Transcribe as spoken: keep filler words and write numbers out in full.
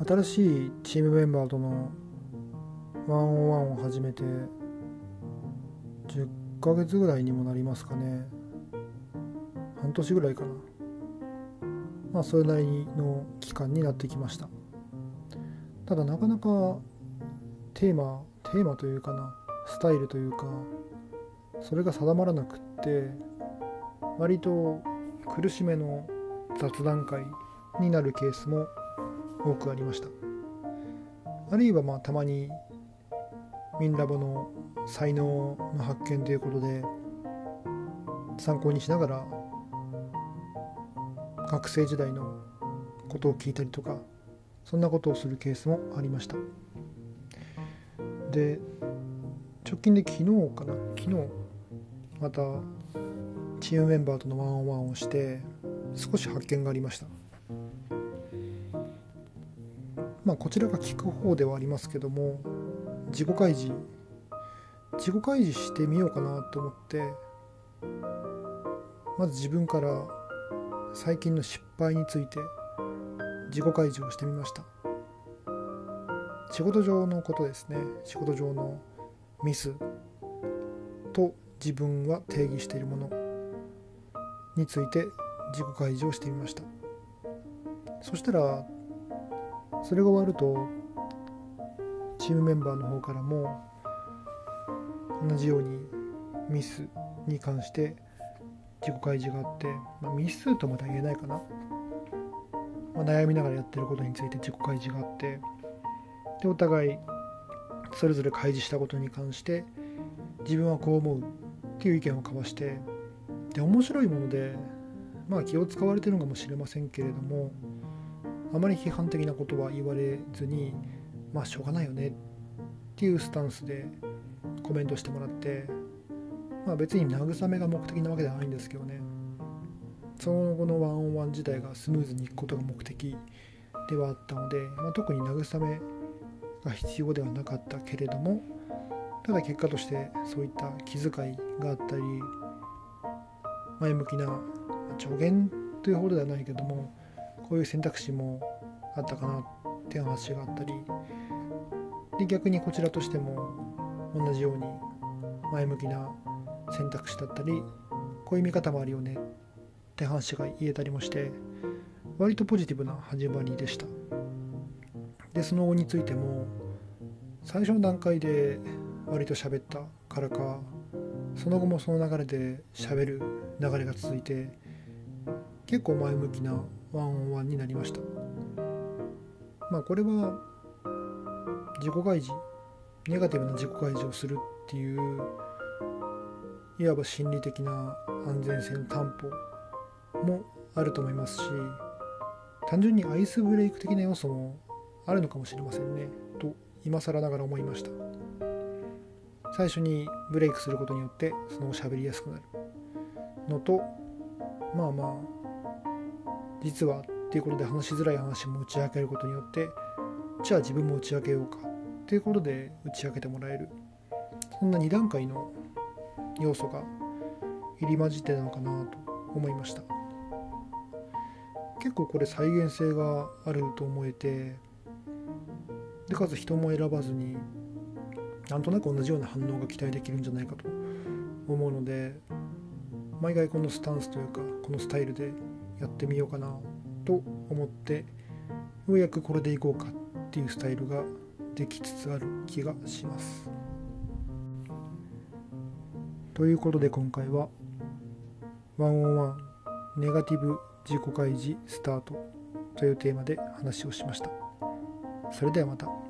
新しいチームメンバーとのワンオンワンを始めてじゅっかげつぐらいにもなりますかね。半年ぐらいかな。まあそれなりの期間になってきました。ただなかなかテーマテーマというかなスタイルというかそれが定まらなくって、割と苦しめの雑談会になるケースも多くありました。あるいはまあたまにミンラボの才能の発見ということで参考にしながら学生時代のことを聞いたりとか、そんなことをするケースもありました。で、直近で昨日かな昨日またチームメンバーとのワンオンワンをして少し発見がありました。まあこちらが聞く方ではありますけども、自己開示自己開示してみようかなと思って、まず自分から最近の失敗について自己開示をしてみました。仕事上のことですね。仕事上のミスと自分は定義しているものについて自己開示をしてみました。そしたらそれが終わるとチームメンバーの方からも同じようにミスに関して自己開示があって、まあ、ミスとまでは言えないかな、まあ、悩みながらやってることについて自己開示があって、でお互いそれぞれ開示したことに関して自分はこう思うっていう意見を交わして、で面白いもので、まあ気を使われてるのかもしれませんけれども、あまり批判的なことは言われずに、まあしょうがないよねっていうスタンスでコメントしてもらって、まあ別に慰めが目的なわけではないんですけどね、その後のワンオンワン自体がスムーズにいくことが目的ではあったので、まあ、特に慰めが必要ではなかったけれども、ただ結果としてそういった気遣いがあったり、前向きな助言というほどではないけども、こういう選択肢もあったかなっていう話があったりで、逆にこちらとしても同じように前向きな選択肢だったり、こういう見方もあるよねって話が言えたりもして、割とポジティブな始まりでした。でその後についても最初の段階で割と喋ったからか、その後もその流れで喋る流れが続いて、結構前向きなワンオンワンになりました。まあこれは自己開示、ネガティブな自己開示をするっていういわば心理的な安全性の担保もあると思いますし、単純にアイスブレイク的な要素もあるのかもしれませんねと今更ながら思いました。最初にブレイクすることによってその喋りやすくなるのと、まあまあ実はっていうことで話しづらい話も打ち明けることによって、じゃあ自分も打ち明けようかっていうことで打ち明けてもらえる、そんなに段階の要素が入り混じってたのかなと思いました。結構これ再現性があると思えて、でかつ人も選ばずになんとなく同じような反応が期待できるんじゃないかと思うので、毎回このスタンスというかこのスタイルでやってみようかなと思って、ようやくこれでいこうかっていうスタイルができつつある気がします。ということで今回はワンオンワンネガティブ自己開示スタートというテーマで話をしました。それではまた。